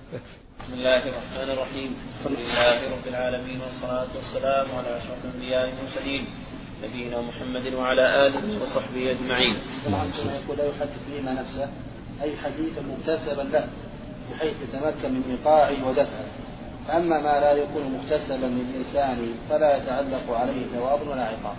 بسم الله الرحمن الرحيم. الحمد لله رب العالمين والصلاة والسلام على أشرف الأنبياء والمرسلين نبينا محمد وعلى آله وصحبه أجمعين. يقول لا يحدث فيما نفسه أي حديثا مكتسبا له بحيث يتمكن من إيقاعه ودفعه، فأما ما لا يكون مكتسبا للإنسان فلا يتعلق عليه ثواب ولا عقاب.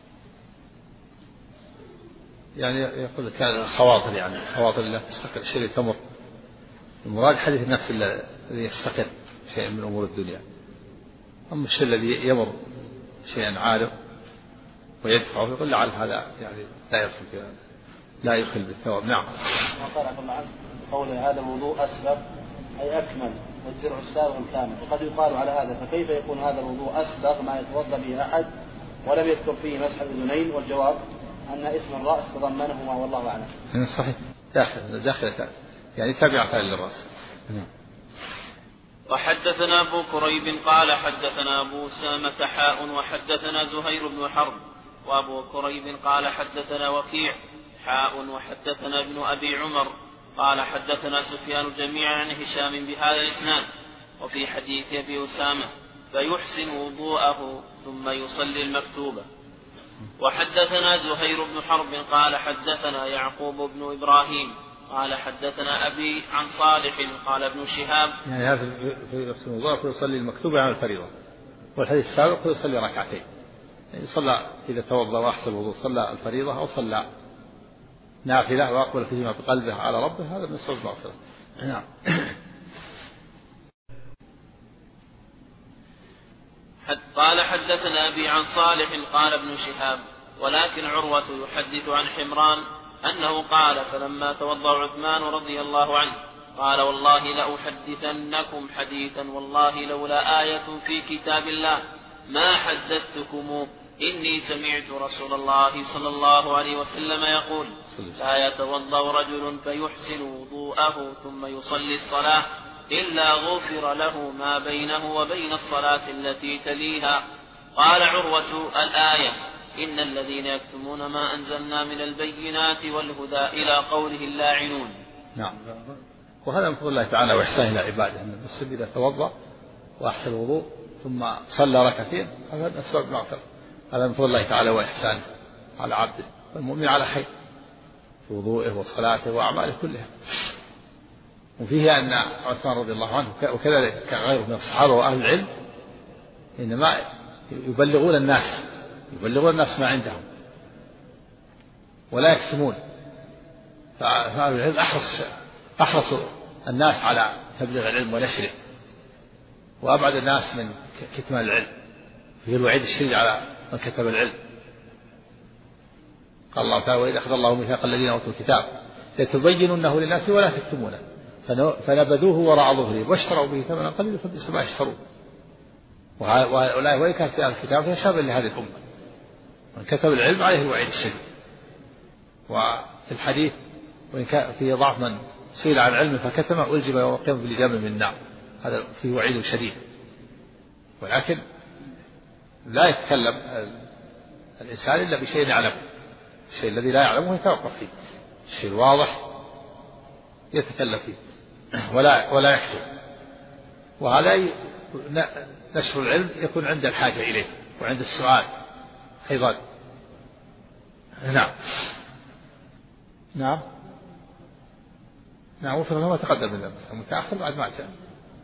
يعني يقول كان خواطر، يعني خواطر لا تستقر شيء تمر. المراد حديث النفس الذي يستقر شيء من أمور الدنيا. أما الشيء الذي يمر شيئا عارض ويدفعه يقول لعل هذا يعني لا يدخل بالثواب. نعم. وقال الله عنه قوله هذا الوضوء أسبغ أي أكمل والدرع السابغ الكامل، وقد يقال على هذا فكيف يكون هذا الوضوء أسبغ ما يتوضأ به أحد ولم يذكر فيه مسح الأذنين؟ والجواب أن اسم الرأس تضمنهما والله أعلم. صحيح، داخل يعني تابعة للرأس. وحدثنا أبو كريب قال حدثنا أبو أسامة حاء وحدثنا زهير بن حرب. وأبو كريب قال حدثنا وكيع حاء وحدثنا ابن أبي عمر قال حدثنا سفيان جميعا عن هشام بهذا الإسناد. وفي حديث أبي أسامة فيحسن وضوءه ثم يصلي المكتوبة. وحدثنا زهير بن حرب قال حدثنا يعقوب بن إبراهيم قال حدثنا أبي عن صالح قال ابن شهاب يعني هذا في يحسن وضوءه فيصلي المكتوبة عن الفريضة، والحديث السابق فيصلي ركعتين، يعني صلى إذا توضأ وأحسن الوضوء صلى الفريضة أو صلى نافلة وأقبل فيهما بقلبه على ربه، هذا من صلى المغفرة. نعم. قال حدثنا أبي عن صالح قال ابن شهاب ولكن عروة يحدث عن حمران أنه قال فلما توضأ عثمان رضي الله عنه قال والله لأحدثنكم حديثا والله لولا آية في كتاب الله ما حدثتكم إني سمعت رسول الله صلى الله عليه وسلم يقول لا يتوضأ رجل فيحسن وضوءه ثم يصلي الصلاة إلا غفر له ما بينه وبين الصلاة التي تليها. قال عروة الآية إن الذين يكتمون ما أنزلنا من البينات والهدى إلى قوله اللاعنون. نعم. وهذا من فضل الله تعالى وإحسانه إلى عباده أن المسلم إذا توضأ وأحسن الوضوء ثم صلى ركعتين هذا من أسباب المغفرة. هذا من فضل الله تعالى وإحسانه على عبده، والمؤمن على خير في وضوءه وصلاته وأعماله كلها. وفيه أن عثمان رضي الله عنه وكذلك غيره من الصحابة وأهل العلم إنما يبلغون الناس ما عندهم ولا يكتمون، فأهل العلم أحرص الناس على تبليغ العلم ونشره، وأبعد الناس من كتمان العلم. فيه الوعيد الشديد على من كتب العلم. قال الله تعالى وإذا أخذ الله ميثاق الذين أوتوا الكتاب لتبيننه للناس ولا تكتمونه فنبذوه وراء ظهرهم واشتروا به ثمنا قليلا فبئس ما يشترون. وإن كانت في الكتاب فهي شامل لهذه الأمة. من كتب العلم عليه الوعيد الشديد. وفي الحديث وإن كان فيه ضعف من سئل عن علم فكتمه ألجم يوم القيامة بلجام من النار، هذا فيه وعيد شديد. ولكن لا يتكلم الإنسان إلا بشيء يعلمه، الشيء الذي لا يعلمه يتوقف فيه، الشيء الواضح يتكلم فيه ولا يكتب. وهذا نشر العلم يكون عند الحاجة إليه وعند السؤال أيضا. نعم وفي ما تقدم من ذنبه. المتأخر بعد ما جاء،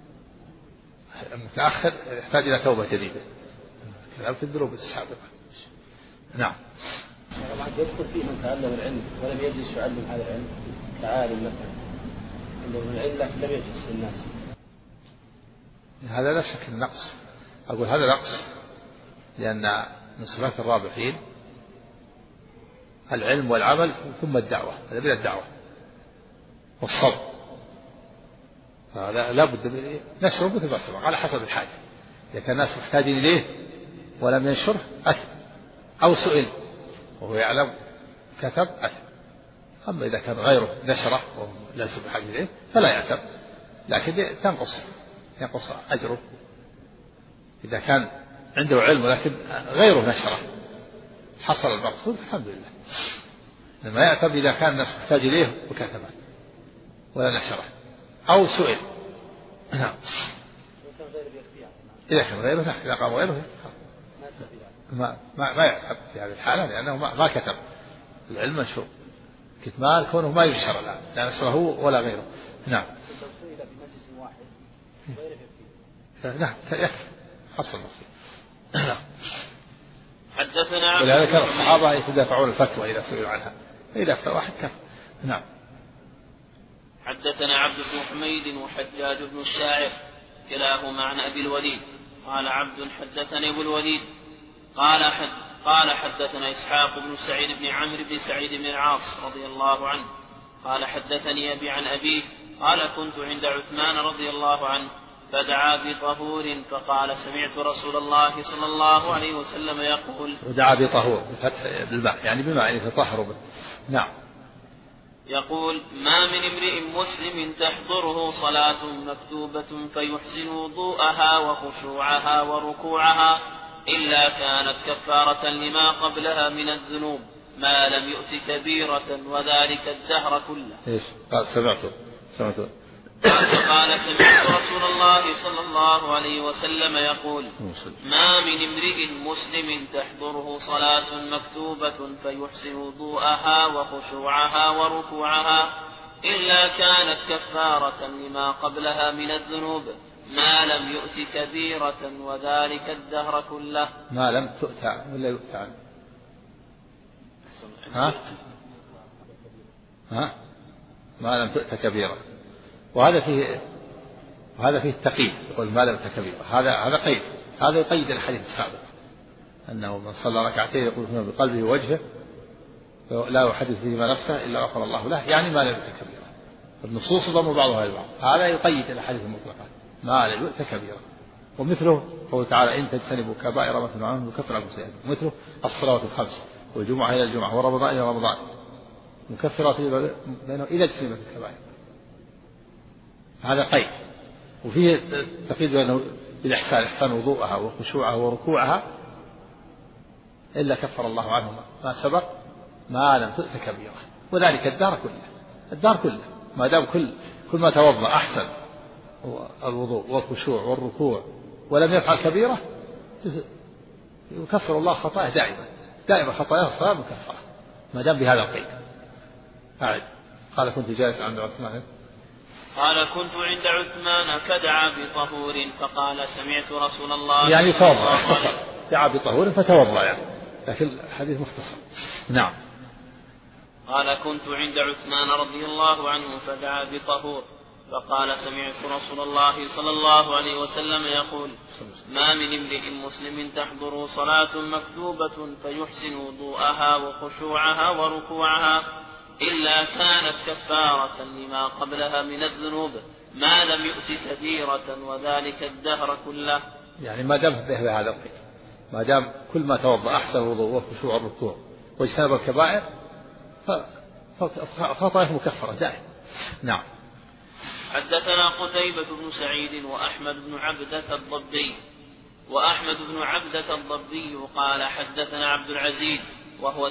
المتأخر يحتاج إلى توبة جديدة كلام في الدروب السابقة. نعم. يدخل فيه من تعلم العلم ولم يجلس يعلم هذا العلم كعالم مثلا عنده العلم لكن لم يجلس للناس، هذا لا شك نقص. أقول هذا نقص، لأن من صفات الرابحين العلم والعمل ثم الدعوة، هذا من الدعوة والصبر. فلا بد من نشره مثل ما سبق على حسب الحاجة. إذا كان الناس محتاجين إليه ولم ينشره أثم، أو سئل وهو يعلم كتب أثم. أما إذا كان غيره نشره وهو ليس بحاجة إليه فلا يعتب، لكن ينقص أجره. إذا كان عنده علم ولكن غيره نشره حصل المقصود الحمد لله. لما يعتب إذا كان الناس محتاج إليه وكتبه ولا نشره، أو سئل نعم. وكان غيره يكفي إذا كان غيره إذا قام غيره ما يحسب في هذه الحالة لأنه ما كتب العلم منشور كتمان كونه ما ينشر الآن لا نشره هو ولا غيره. نعم. نعم يكفي حصل نفسه. حدثنا ولهذا كان الصحابة يتدافعون الفتوى إذا سئلوا عنها فإذا أفتى واحد كفى. نعم. حدثنا عبد بن حميد وحجاج بن الشاعر كلاهما عن أبي الوليد قال عبد حدثني أبو الوليد قال حدثنا إسحاق بن سعيد بن عمرو بن سعيد بن العاص رضي الله عنه قال حدثني أبي عن أبيه قال كنت عند عثمان رضي الله عنه فدعا بطهور فقال سمعت رسول الله صلى الله عليه وسلم يقول ودعا بطهور بفتح بالماء يعني بماء يتطهر به. نعم. يقول ما من امرئ مسلم تحضره صلاة مكتوبة فيحسن وضوءها وخشوعها وركوعها إلا كانت كفارة لما قبلها من الذنوب ما لم يؤت كبيرة وذلك الدهر كله. إيش قال سمعت قال سمعت رسول الله صلى الله عليه وسلم يقول ما من امرئ مسلم تحضره صلاة مكتوبة فيحسن وضوءها وخشوعها وركوعها إلا كانت كفارة لما قبلها من الذنوب ما لم يؤت كبيرة وذلك الدهر كله. ما لم تؤتى ولا يؤتى عنه. ما لم تؤتى كبيرة وهذا فيه التقييد يقول ما لم تؤتى كبيرة هذا قيد هذا يقيد الحديث السابق أنه من صلى ركعتين يقول بقلبه ووجهه لا يحدث فيهما نفسه إلا غفر الله له يعني ما لم يؤتى كبيرة. النصوص ضم بعضها البعض هذا يقيد الحديث المطلقة ما لم يؤتى كبيرة. ومثله قوله تعالى إن تجتنبوا كبائر ما تنهون عنه نكفر عنكم سيئاتكم. مثله الصلوات الخمس والجمعة إلى الجمعة ورمضان إلى رمضان مكفرات بينه إلى اجتناب الكبائر. هذا قيد. وفيه تقييد بأنه بالإحسان إحسان وضوءها وخشوعها وركوعها إلا كفر الله عنهما ما سبق ما لم تؤت كبيرة وذلك الدار كله ما دام كل ما توضأ أحسن الوضوء والخشوع والركوع ولم يفعل كبيرة يكفر الله خطاياه دائما خطاياه الصلاة مكفرة ما دام بهذا القيد. قال كنت جالس عند عثمان فدعا بطهور فقال سمعت رسول الله يعني توضأ اختصر دعا بطهور فتوضأ يعني لكن الحديث مختصر. نعم. قال كنت عند عثمان رضي الله عنه فدعا بطهور فقال سمعت رسول الله صلى الله عليه وسلم يقول ما من امرئ مسلم تحضر صلاة مكتوبة فيحسن وضوءها وخشوعها وركوعها إلا كانت كفارة لما قبلها من الذنوب ما لم يؤت كبيرة وذلك الدهر كله. يعني ما دام به هذا القيد ما دام كل ما توضأ أحسن الوضوء والخشوع والركوع واجتنب الكبائر فخطاياه مكفرة دائما. نعم. حدثنا قتيبة بن سعيد وأحمد بن عبدة الضبي قال حدثنا عبد العزيز وهو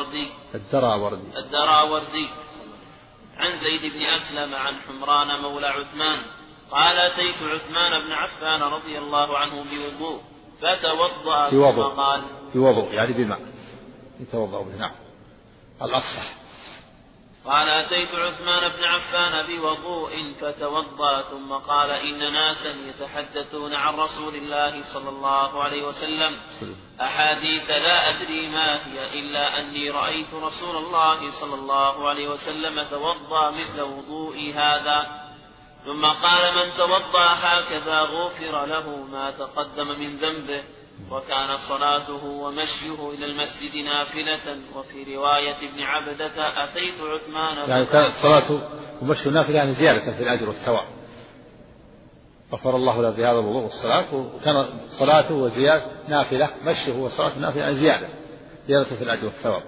الدراوردي عن زيد بن أسلم عن حمران مولى عثمان قال أتيت عثمان بن عفان رضي الله عنه بوضوء فتوضأ ثم قال بوضوء يعني بماء يتوضأ به. نعم الأفصح. قال أتيت عثمان بن عفان بوضوء فتوضأ ثم قال إن ناسا يتحدثون عن رسول الله صلى الله عليه وسلم أحاديث لا أدري ما هي إلا أني رأيت رسول الله صلى الله عليه وسلم توضأ مثل وضوئي هذا ثم قال من توضأ هكذا غفر له ما تقدم من ذنبه وكان صلاته ومشيه إلى المسجد نافلة. وفي رواية ابن عبدة أتيت عثمان يعني كانت صلاته ومشيه نافلة يعني زيادة في الأجر والثواب غفر الله له بهذا الوضوء والصلاة وكان صلاته وزيادة نافلة مشيه وصلاته نافلة يعني زيادة في الأجر والثواب.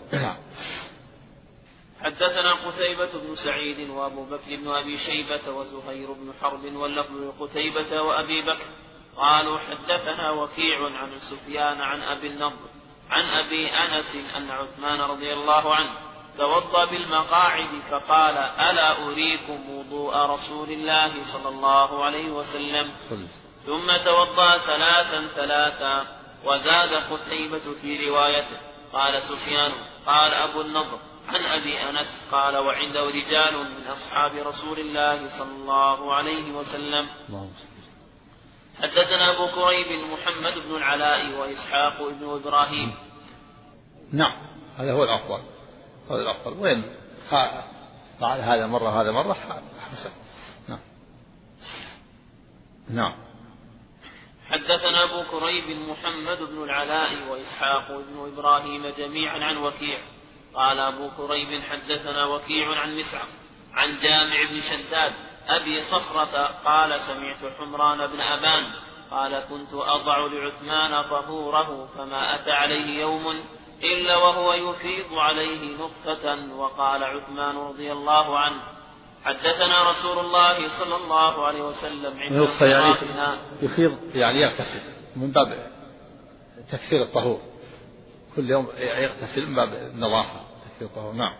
حدثنا قتيبة بن سعيد وأبو بكر بن أبي شيبة وزهير بن حرب واللفظ لقتيبة وأبي بكر قالوا حدثنا وكيع عن سفيان عن أبي النضر عن أبي أنس أن عثمان رضي الله عنه توضأ بالمقاعد فقال: ألا أريكم وضوء رسول الله صلى الله عليه وسلم؟ ثم توضأ ثلاثا وزاد قتيبة في روايته. قال سفيان: قال أبو النضر عن أبي أنس قال: وعنده رجال من أصحاب رسول الله صلى الله عليه وسلم. حدثنا أبو كريب محمد بن العلاء وإسحاق بن إبراهيم. نعم، هذا هو الأفضل، هذا الأفضل. وين فعل هذا مرة هذا مرة حسن. نعم. نعم. حدثنا أبو كريب محمد بن العلاء وإسحاق بن إبراهيم جميعا عن وكيع. قال أبو كريب: حدثنا وكيع عن مسعر عن جامع بن شداد أبي صخرة قال: سمعت حمران بن أبان قال: كنت أضع لعثمان طهوره فما أتى عليه يوم إلا وهو يفيض عليه نطفة. وقال عثمان رضي الله عنه: حدثنا رسول الله صلى الله عليه وسلم عند نطفة يفيض يعني يغتسل من باب تكثير الطهور، كل يوم يغتسل من باب النظافة تكثير الطهور. نعم.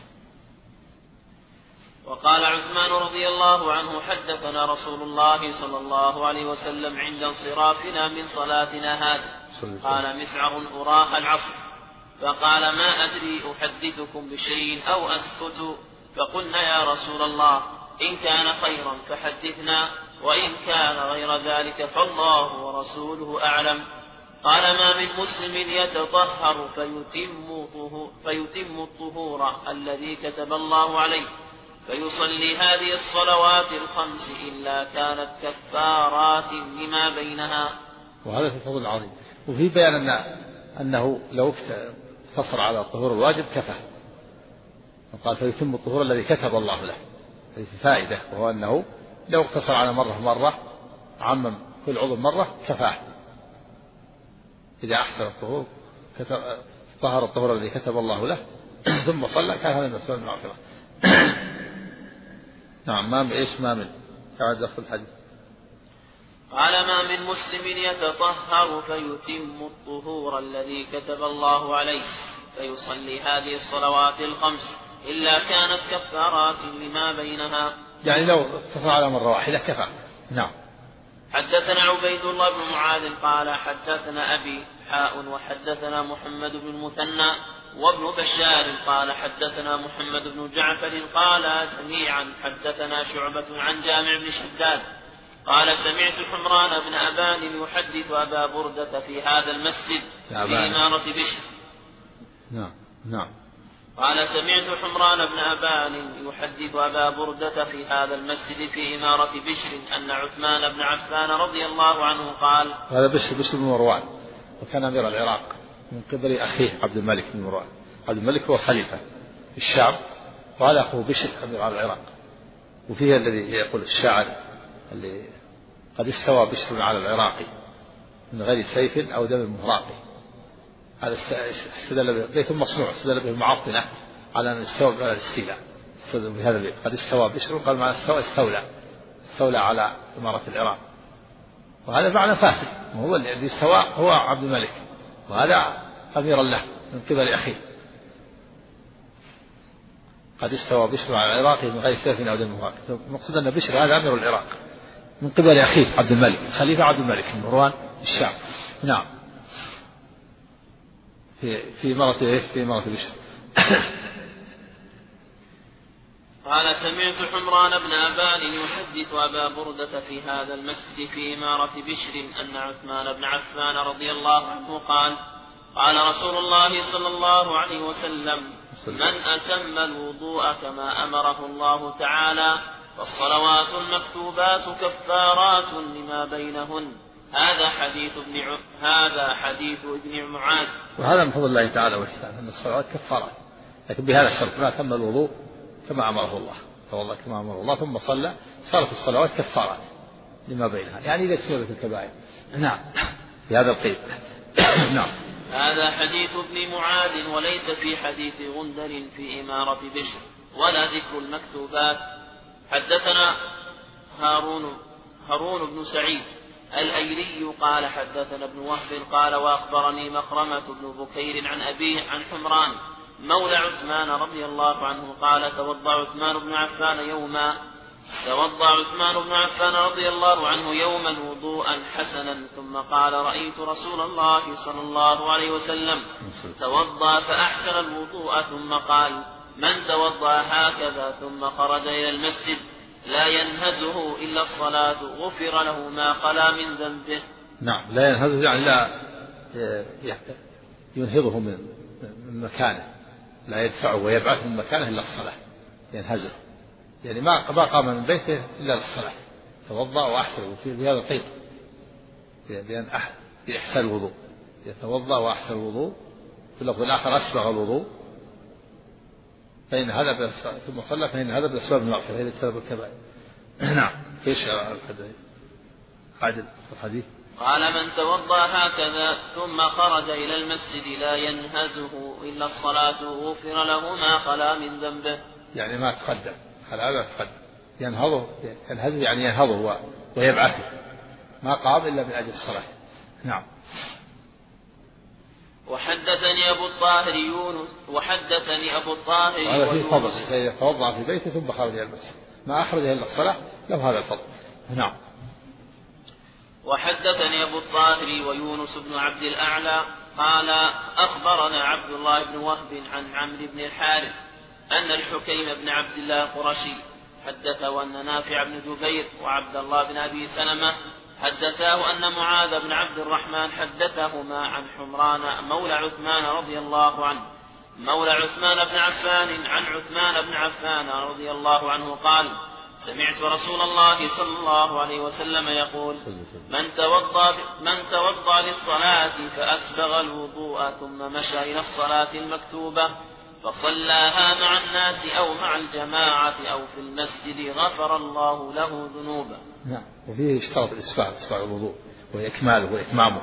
وقال عثمان رضي الله عنه: حدثنا رسول الله صلى الله عليه وسلم عند انصرافنا من صلاتنا هذه. قال مسعر: أراها العصر. فقال: ما أدري أحدثكم بشيء أو أسكت. فقلنا: يا رسول الله، إن كان خيرا فحدثنا، وإن كان غير ذلك فالله ورسوله أعلم. قال: ما من مسلم يتطهر فيتم الطهور الذي كتب الله عليه فيصلي هذه الصلوات الخمس إلا كانت كفارات لما بينها. وهذا في فضل عظيم. وفي بيان أنه لو اقتصر على الطهور الواجب كفى، وقال: فيتم الطهور الذي كتب الله له. هذه فائدة، وهو أنه لو اقتصر على مرة عمم كل عضو مرة كفاه. إذا أحسن الطهور طهر الطهور الذي كتب الله له ثم صلى كان هذا المسؤول من العاقبة. نعم. ما من قاعد دخل الحديث. قال: ما من مسلم يتطهر فيتم الطهور الذي كتب الله عليه فيصلي هذه الصلوات الخمس إلا كانت كفارات لما بينها. يعني لو اقتصر على مرة واحدة كفى. نعم. حدثنا عبيد الله بن معاذ قال: حدثنا أبي وحدثنا محمد بن المثنى وابن بشار قال: حدثنا محمد بن جعفر قال جميعا حدثنا شعبة عن جامع بن شداد قال: سمعت حمران بن أبان يحدث أبا بردة في هذا المسجد في إمارة بشر. نعم. قال: سمعت حمران بن أبان يحدث أبا بردة في هذا المسجد في إمارة بشر أن عثمان بن عفان رضي الله عنه قال. هذا بشر بن مروان، وكان أمير العراق من قبل أخيه عبد الملك بن مروان. عبد الملك هو خليفة في الشام، وهذا أخوه بشر أمير العراق. وفيه الذي يقول الشاعر اللي قد استوى بشر على العراقي من غير سيف أو دم مهراقي. هذا استدل بيت مصنوع استدل به المعطلة على أن استوى الاستيلاء. بهذا البيت قد استوى بشر قال معنى استولى على إمارة العراق، وهذا معنى فاسد. وهو الذي استوى هو عبد الملك، وهذا أميرا له من قبل أخيه. قد استوى بشر على العراق من غير سيف أو دم مهراقي. المقصود أن بشر هذا أمير العراق من قبل أخيه عبد الملك خليفة عبد الملك بن مروان الشام. نعم. في إمارة بشر. قال: سمعت حمران بن أبان يحدث أبا بردة في هذا المسجد في إمارة بشر أن عثمان بن عفان رضي الله عنه قال: قال رسول الله صلى الله عليه وسلم: من أتم الوضوء كما أمره الله تعالى فالصلوات المكتوبات كفارات لما بينهن. هذا حديث ابن معاذ. وهذا من فضل الله تعالى وإحسانه أن الصلوات كفارات، لكن بهذا الشرط: ما تم الوضوء كما أمره الله، فوالله كما أمره الله ثم صلى صارت الصلوات كفارات لما بينها، يعني إذا اجتنبت الكبائر. نعم. في هذا القيد. نعم. هذا حديث ابن معاذ وليس في حديث غندر في إمارة بشر ولا ذكر المكتوبات. حدثنا هارون بن سعيد الأيلي قال: حدثنا ابن وهب قال: وأخبرني مخرمة بن بكير عن أبيه عن حمران مولى عثمان رضي الله عنه قال توضأ عثمان بن عفان رضي الله عنه يوما وضوءا حسنا ثم قال رأيت رسول الله صلى الله عليه وسلم توضأ فأحسن الوضوء ثم قال من توضأ هكذا ثم خرج إلى المسجد لا ينهزه إلا الصلاة غفر له ما خلا من ذنبه. نعم، لا ينهزه يعني لا ينهضه من مكانه، لا يدفعه ويبعثه من مكانه إلا الصلاة، ينهزه يعني ما قام من بيته إلا للصلاة. توضأ وأحسن في هذا القيد بإحسان الوضوء، يتوضأ وأحسن الوضوء، في اللفظ الآخر أسبغ الوضوء، فإن هذا ثم صلى فإن هذا بأسباب المغفرة، هذا سبب الكبائر. نعم. ايش الحديث؟ قال من توضأ هكذا ثم خرج إلى المسجد لا ينهزه إلا الصلاة غفر له ما خلا من ذنبه. يعني ما تقدم، خلا ما تقدم، ينهزه يعني ينهضه ويبعثه، ما قام إلا من أجل الصلاة. نعم. وحدثني أبو الطاهر هذا فيه فضل، يتوضأ في بيته ثم خرج إلى المسجد ما أخرجه إلا الصلاة له هذا الفضل. نعم. وحدثني أبو الطاهر ويونس بن عبد الأعلى قال أخبرنا عبد الله بن وهب عن عمرو بن الحارث أن الحكيم بن عبد الله القرشي حدثه أن نافع بن جبير وعبد الله بن أبي سلمة حدثاه أن معاذ بن عبد الرحمن حدثهما عن حمران مولى عثمان رضي الله عنه مولى عثمان بن عفان عن عثمان بن عفان رضي الله عنه قال سمعت رسول الله صلى الله عليه وسلم يقول من توضأ للصلاة فأسبغ الوضوء ثم مشى إلى الصلاة المكتوبة فصلاها مع الناس أو مع الجماعة أو في المسجد غفر الله له ذنوبه. نعم. وفيه اشترط إسباغ الوضوء وإكماله وإتمامه،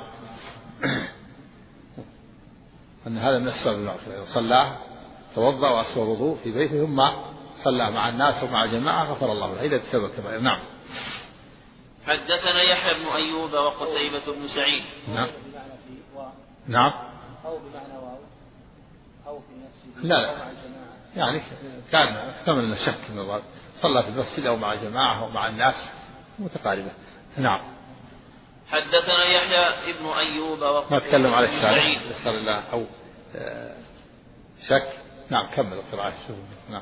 أن هذا من أسباب المغفرة. إذا صلاه توضأ وأسبغ الوضوء في بيته ثم صلى مع الناس ومع جماعة غفر الله له إذا تسبب الكبائر. نعم. حدثنا يحيى بن أيوب وقتيبة بن سعيد. نعم. نعم. أو بمعنى واو أو في المسجد لا يعني كان احتمل الشك من صلى في المسجد أو مع جماعة أو مع الناس متقاربة. نعم. حدثنا يحيى ابن أيوب ما تكلم على الشارع نسأل الله أو شك. نعم كمل القراءة. نعم.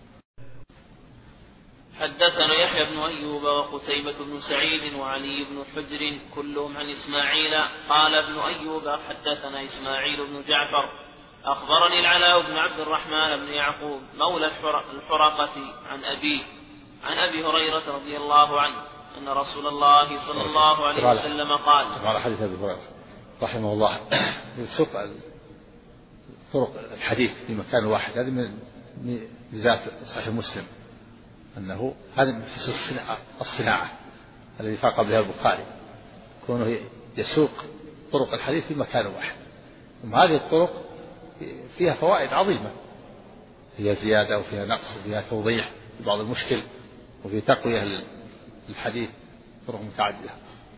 حدثنا يحيى بن أيوب وقتيبة بن سعيد وعلي بن حجر كلهم عن إسماعيل قال ابن أيوب حدثنا إسماعيل بن جعفر أخبرني العلاء بن عبد الرحمن بن يعقوب مولى الحرقة عن أبي هريرة رضي الله عنه أن رسول الله صلى الله عليه وسلم قال على حديث أبي هريرة رحمه الله يسوق طرق الحديث في مكان واحد، هذه من ميزات صحيح مسلم أنه هذا من حسن الصناعة الذي فاق بها البخاري، كونه يسوق طرق الحديث في مكان واحد. ثم هذه الطرق فيها فوائد عظيمة، فيها زيادة وفيها نقص وفيها توضيح لبعض المشكل وفي تقوية الحديث، طرق متعددة.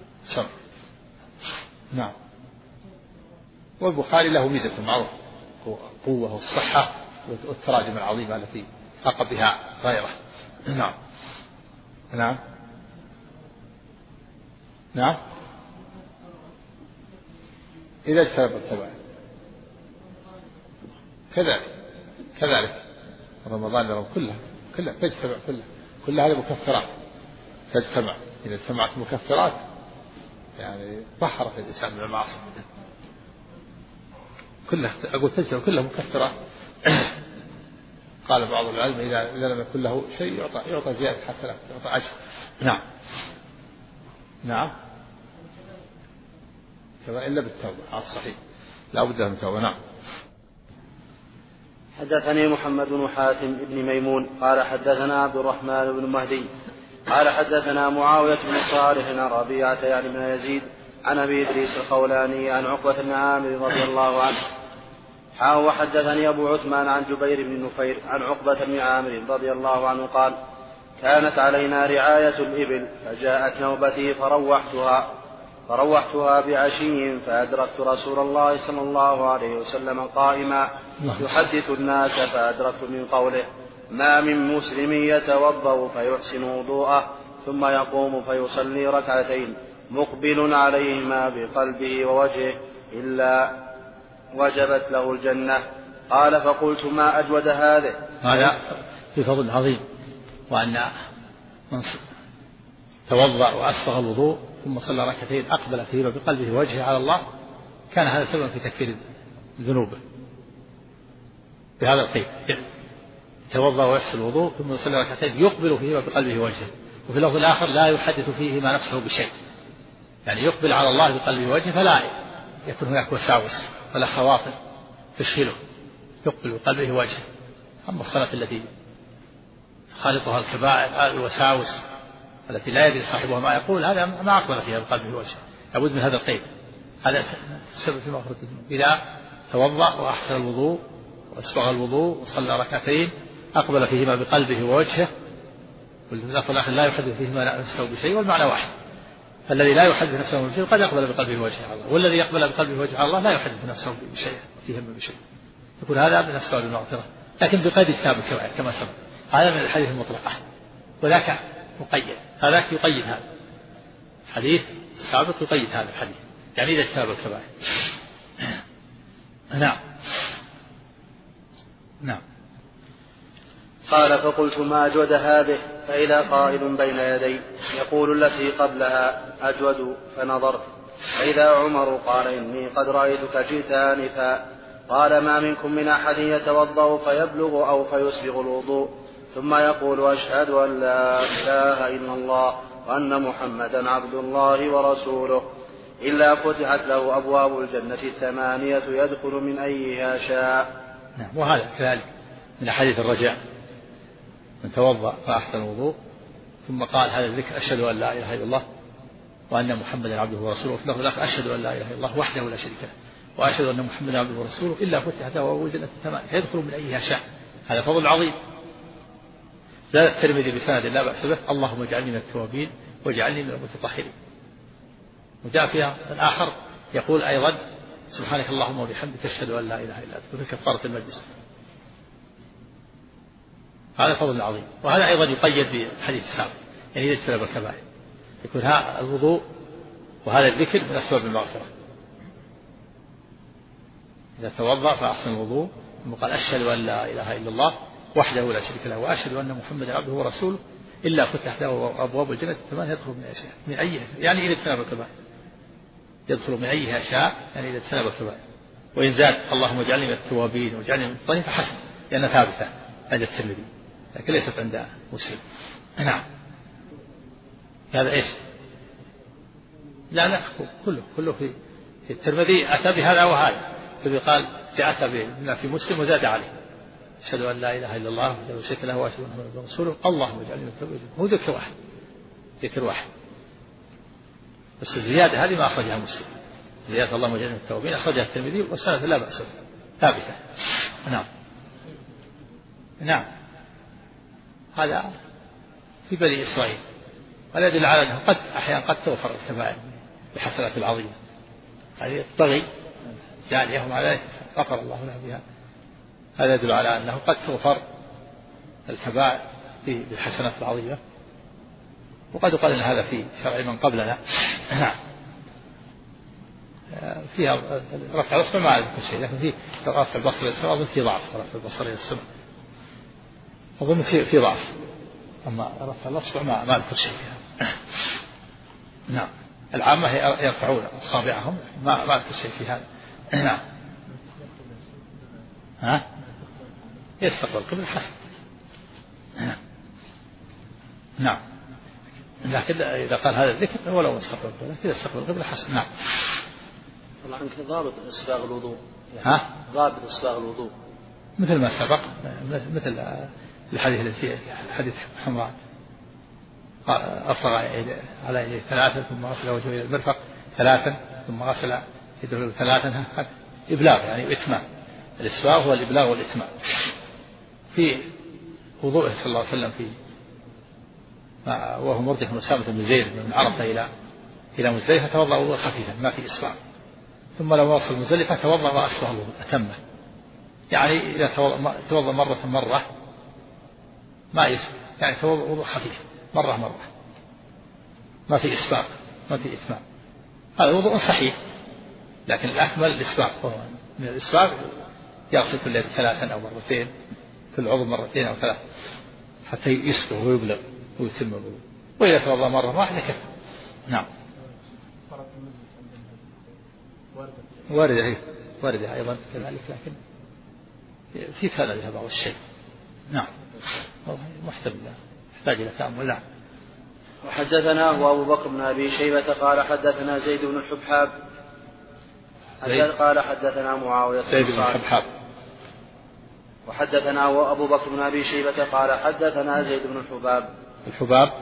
نعم. والبخاري له ميزة معروفة قوة والصحة والتراجم العظيمة التي فاق بها غيره. نعم. نعم. نعم. إذا اجتنب الكبائر كذلك رمضان لهم كلها تجتمع كلها هذه مكفرات تجتمع. إذا اجتمعت مكفرات يعني طهرت الإنسان من المعاصي كلها، أقول تجتمع كلها مكفرات. قال بعض العلم إذا لم يكن له شيء يعطى زيادة حسنات، يعطى أجر. نعم. نعم. كما إلا بالتوبة على الصحيح لا بد من توبة. نعم. حدثني محمد بن حاتم بن ميمون قال حدثنا عبد الرحمن بن مهدي قال حدثنا معاوية بن صالح عن ربيعة يعني بن يزيد عن أبي إدريس الخولاني عن عقبة بن عامر رضي الله عنه وحدثني أبو عثمان عن جبير بن نفير عن عقبة بن عامر رضي الله عنه قال كانت علينا رعاية الإبل فجاءت نوبتي فروحتها فروحتها بعشي فأدركت رسول الله صلى الله عليه وسلم قائما يحدث الناس فأدركت من قوله: ما من مسلم يتوضأ فيحسن وضوءه ثم يقوم فيصلي ركعتين مقبل عليهما بقلبه ووجهه إلا وجبت له الجنة. قال: فقلت: ما أجود هذه. هذا في فضل عظيم، وأن من توضأ وأسبغ الوضوء ثم صلى ركعتين أقبل فيهما بقلبه ووجهه على الله كان هذا سببا في تكفير ذنوبه بهذا القيد: توضأ ويحسن الوضوء ثم يصلي ركعتين يقبل فيهما بقلبه ووجهه. وفي اللفظ الآخر: لا يحدث فيهما نفسه بشيء، يعني يقبل على الله بقلبه ووجهه فلا يكون هناك وساوس ولا خواطر تشغله، يقبل بقلبه ووجهه. أما الصلاة التي تخالطها الكبائر الوساوس التي لا يدري صاحبها ما يقول، هذا ما أقبل فيها بقلبه ووجهه، لابد من هذا القيد. هذا سبب في مغفرة الذنوب: إذا توضأ وأحسن الوضوء وأسبغ الوضوء وصلى ركعتين أقبل فيهما بقلبه ووجهه. واللفظ الآخر: لا يحدث فيهما نفسه بشيء، والمعنى واحد. فالذي لا يحدث نفسه بشيء قد يقبل بقلبه ووجهه على الله، والذي يقبل بقلبه ووجهه على الله لا يحدث نفسه بشيء فيهم بشيء، يكون هذا من أسباب المغفرة، لكن بقيد اجتناب الكبائر كما سبق. هذا من الحديث المطلقة، وذاك مقيد، هذاك يقيد هذا الحديث السابق، يقيد هذا الحديث، يعني إذا اجتناب الكبائر. نعم. قال: فقلت: ما أجود هذه. فإذا قائل بين يدي يقول التي قبلها أجود، فنظرت فإذا عمر قال: إني قد رأيتك جئت آنفا. قال: ما منكم من أحد يتوضأ فيبلغ أو فيسبغ الوضوء ثم يقول: أشهد أن لا إله إلا الله وأن محمدا عبد الله ورسوله إلا فتحت له أبواب الجنة 8 يدخل من أيها شاء. وهذا كذلك من حديث الرجاء: من توضأ فأحسن الوضوء ثم قال هذا الذكر: أشهد أن لا إله إلا الله وأن محمدا عبده ورسوله، وفي اللفظ الآخر: أشهد أن لا إله إلا الله وحده لا شريك له وأشهد أن محمدا عبده ورسوله إلا فتحت له أبواب الجنة 8 يدخل من أيها شاء. هذا فضل عظيم. زاد الترمذي بسند لا بأس به: اللهم اجعلني من التوابين واجعلني من المتطهرين. وجاء فيها الآخر يقول أيضا: سبحانك اللهم وبحمدك أشهد أن لا إله إلا أنت، وفي كفارة المجلس. هذا فضل عظيم. وهذا أيضا يقيد بالحديث السابق، يعني إذا اجتنب الكبائر يكون هذا الوضوء وهذا الذكر من أسباب المغفرة. إذا توضأ فأحسن الوضوء ثم قال: أشهد أن لا إله إلا الله وحده لا شريك له وأشهد أن محمدا عبده ورسوله إلا فتحت له أبواب الجنة 8 يدخل من أيها يعني إذا اجتنب الكبائر، يدخل من أيها شاء يعني إذا اجتنب الكبائر. وإن زاد: اللهم اجعلني من التوابين واجعلني من المتطهرين فحسن، لأنها ثابتة عند الترمذي لكن ليست عند مسلم. نعم. هذا إيش؟ لا كله في الترمذي أتى بهذا وهذا، فقال جاءت بما في مسلم وزاد عليه: أشهد أن لا إله إلا الله وحده لا شريك له وأشهد أن محمدا رسوله اللهم اجعلني من التوابين. هو ذكر واحد بس الزيادة هذه ما أخرجها مسلم، زيادة اللهم اجعلني من التوابين أخرجها الترمذي والسنة لا بأس بها ثابتة. نعم. هذا في بني إسرائيل، هذا يدل على أنه أحيانا قد تغفر الكبائر بالحسنات العظيمة. هذه الطغي جاليهم على ذلك غفر الله له بها. هذا يدل على أنه قد تغفر الكبائر بالحسنات العظيمة. وقد يقال أن هذا في شرع من قبلنا. فيها رفع الأصبع ما أذكر شيء، لكن في رفع البصر إلى السماء أظن في ضعف. رفع البصر إلى السماء أظن في ضعف، أما رفع الأصبع ما أذكر شيء. نعم. العامة يرفعون أصابعهم، ما أذكر شيء في هذا. نعم. يستقبل القبلة حسن. نعم. لكن إذا قال هذا الذكر ولو استقبل القبلة، إذا استقبل القبلة حسن. نعم. طبعا ضابط إسباغ الوضوء، ضابط إسباغ الوضوء مثل ما سبق، مثل الحديث الذي فيه حديث حمران أفرغ على يديه 3 ثم غسل وجهه إلى المرفق 3 ثم غسل يده 3. إبلاغ يعني إتمام. الإسباغ هو الإبلاغ والإتمام. في وضوءه صلى الله عليه وسلم وهو مرضع أسامة بن زيد من عرفة إلى إلى مزدلفة توضأ وضوء خفيفا ما في إسباغ، ثم لما وصل مزدلفة توضأ وأسبغ الوضوء أتمه، يعني إذا توضأ مرة ما يسبغ، يعني توضأ وضوء خفيف مرة ما في إسباغ ما في إتمام. هذا وضوء صحيح، لكن الأكمل الإسباغ، من الإسباغ يغسل كل يوم 3 أو مرتين، كل عضو 2 أو 3 حتى يسبغ ويبلغ ويتم الوضوء، وإذا توضأ مرة واحدة كفى. نعم. واردة أيضا كذلك، لكن في ثلاثة بعض الشيء. نعم. محتمل يحتاج إلى تأمل. نعم. وحدثنا هو أبو بكر بن أبي شيبة قال حدثنا زيد بن الحبحاب قال حدثنا معاوية زيد بن الحبحاب. وحدثنا هو أبو بكر بن أبي شيبة قال حدثنا زيد بن الحباب.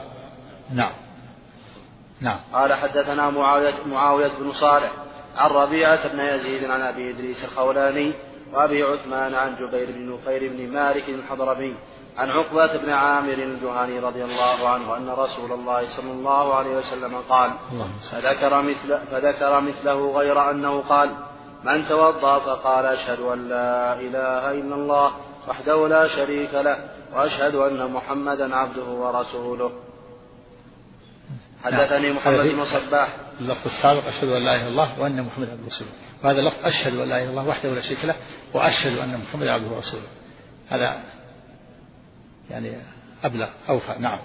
نعم. قال حدثنا معاوية بن صالح عن ربيعة بن يزيد عن أبي إدريس الخولاني وأبي عثمان عن جبير بن نفير بن مالك الحضرمي عن عقبة بن عامر الجهني رضي الله عنه أن رسول الله صلى الله عليه وسلم قال فذكر مثله غير أنه قال من توضأ فقال أشهد أن لا إله إلا الله وحده لا شريك له وأشهد أن محمدا عبده ورسوله. حدثني محمد بن صباح. اللفظ السابق أشهد أن لا إله إلا الله وأن محمدا عبده ورسوله، وهذا اللفظ أشهد أن لا إله إلا الله وحده لا شريك له وأشهد أن محمدا عبده ورسوله، هذا يعني أبلغ أوفى. نعم.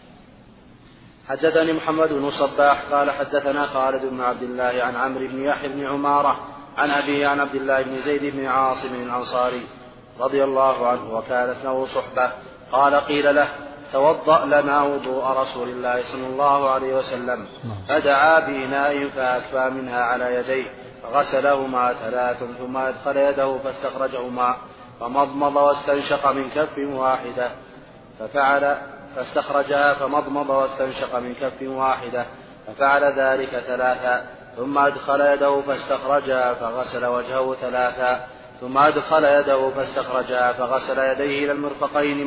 حدثني محمد بن صباح قال حدثنا خالد بن عبد الله عن عمرو بن يحيى بن عمارة عن أبيه عن عبد الله بن زيد بن عاصم الأنصاري رضي الله عنه وكانت له صحبة قال قيل له توضأ لنا وضوء رسول الله صلى الله عليه وسلم، فدعا بإناء فأكفى منها على يديه فغسلهما 3 ثم أدخل يده فاستخرجهما فمضمض واستنشق من كف واحدة فاستخرجها فمضمض واستنشق من كف واحدة ففعل ذلك 3 ثم أدخل يده فاستخرجها فغسل وجهه 3 ثم أدخل يده فاستخرجها فغسل يديه إلى المرفقين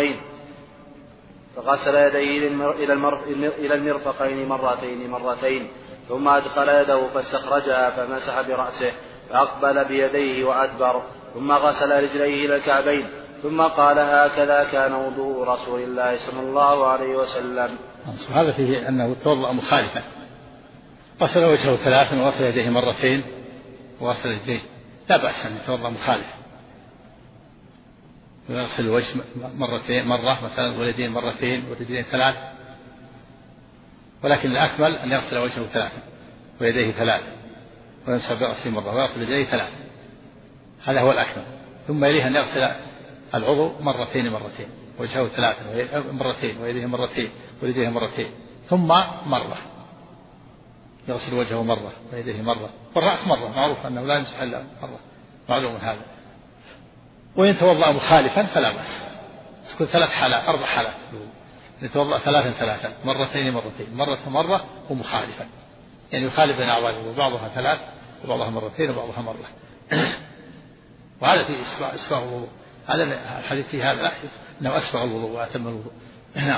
مرتين ثم أدخل يده فاستخرجها فمسح برأسه فأقبل بيديه وأدبر ثم غسل رجليه إلى الكعبين ثم قال هكذا كان وضوء رسول الله صلى الله عليه وسلم. هذا فيه أنه توضأ مخالفا، غسل وجهه 3 وغسل يديه 2 مرتين وغسل رجليه، لا بأس أن يتوضأ مخالف، يغسل الوجه 2 مرة مثلا واليدين 2 مرتين والرجلين 3، ولكن الأكمل أن يغسل وجهه 3 ويديه 3 ويمسح برأسه 1 ويغسل رجليه 3، هذا هو الأكمل. ثم يليه أن يغسل العضو 2 مرتين وجهه 3 مرتين ويديه 2 مرتين ورجليه 2 مرتين، ثم مرة يغسل وجهه 1 ويديه 1 والرأس 1، معروف أنه لا يمسح إلا 1، معلوم هذا. وإن توضأ مخالفا فلا بأس، تكون 3 حالات 4 حالات، يتوضأ 3 مرتين مرة ومخالفا، يعني يخالف بين أعضائه بعضها 3 وبعضها 2 مرتين وبعضها 1. وهذا فيه إسباغ الوضوء، هذا الحديث في هذا أنه أسبغ الوضوء وأتم الوضوء. نعم.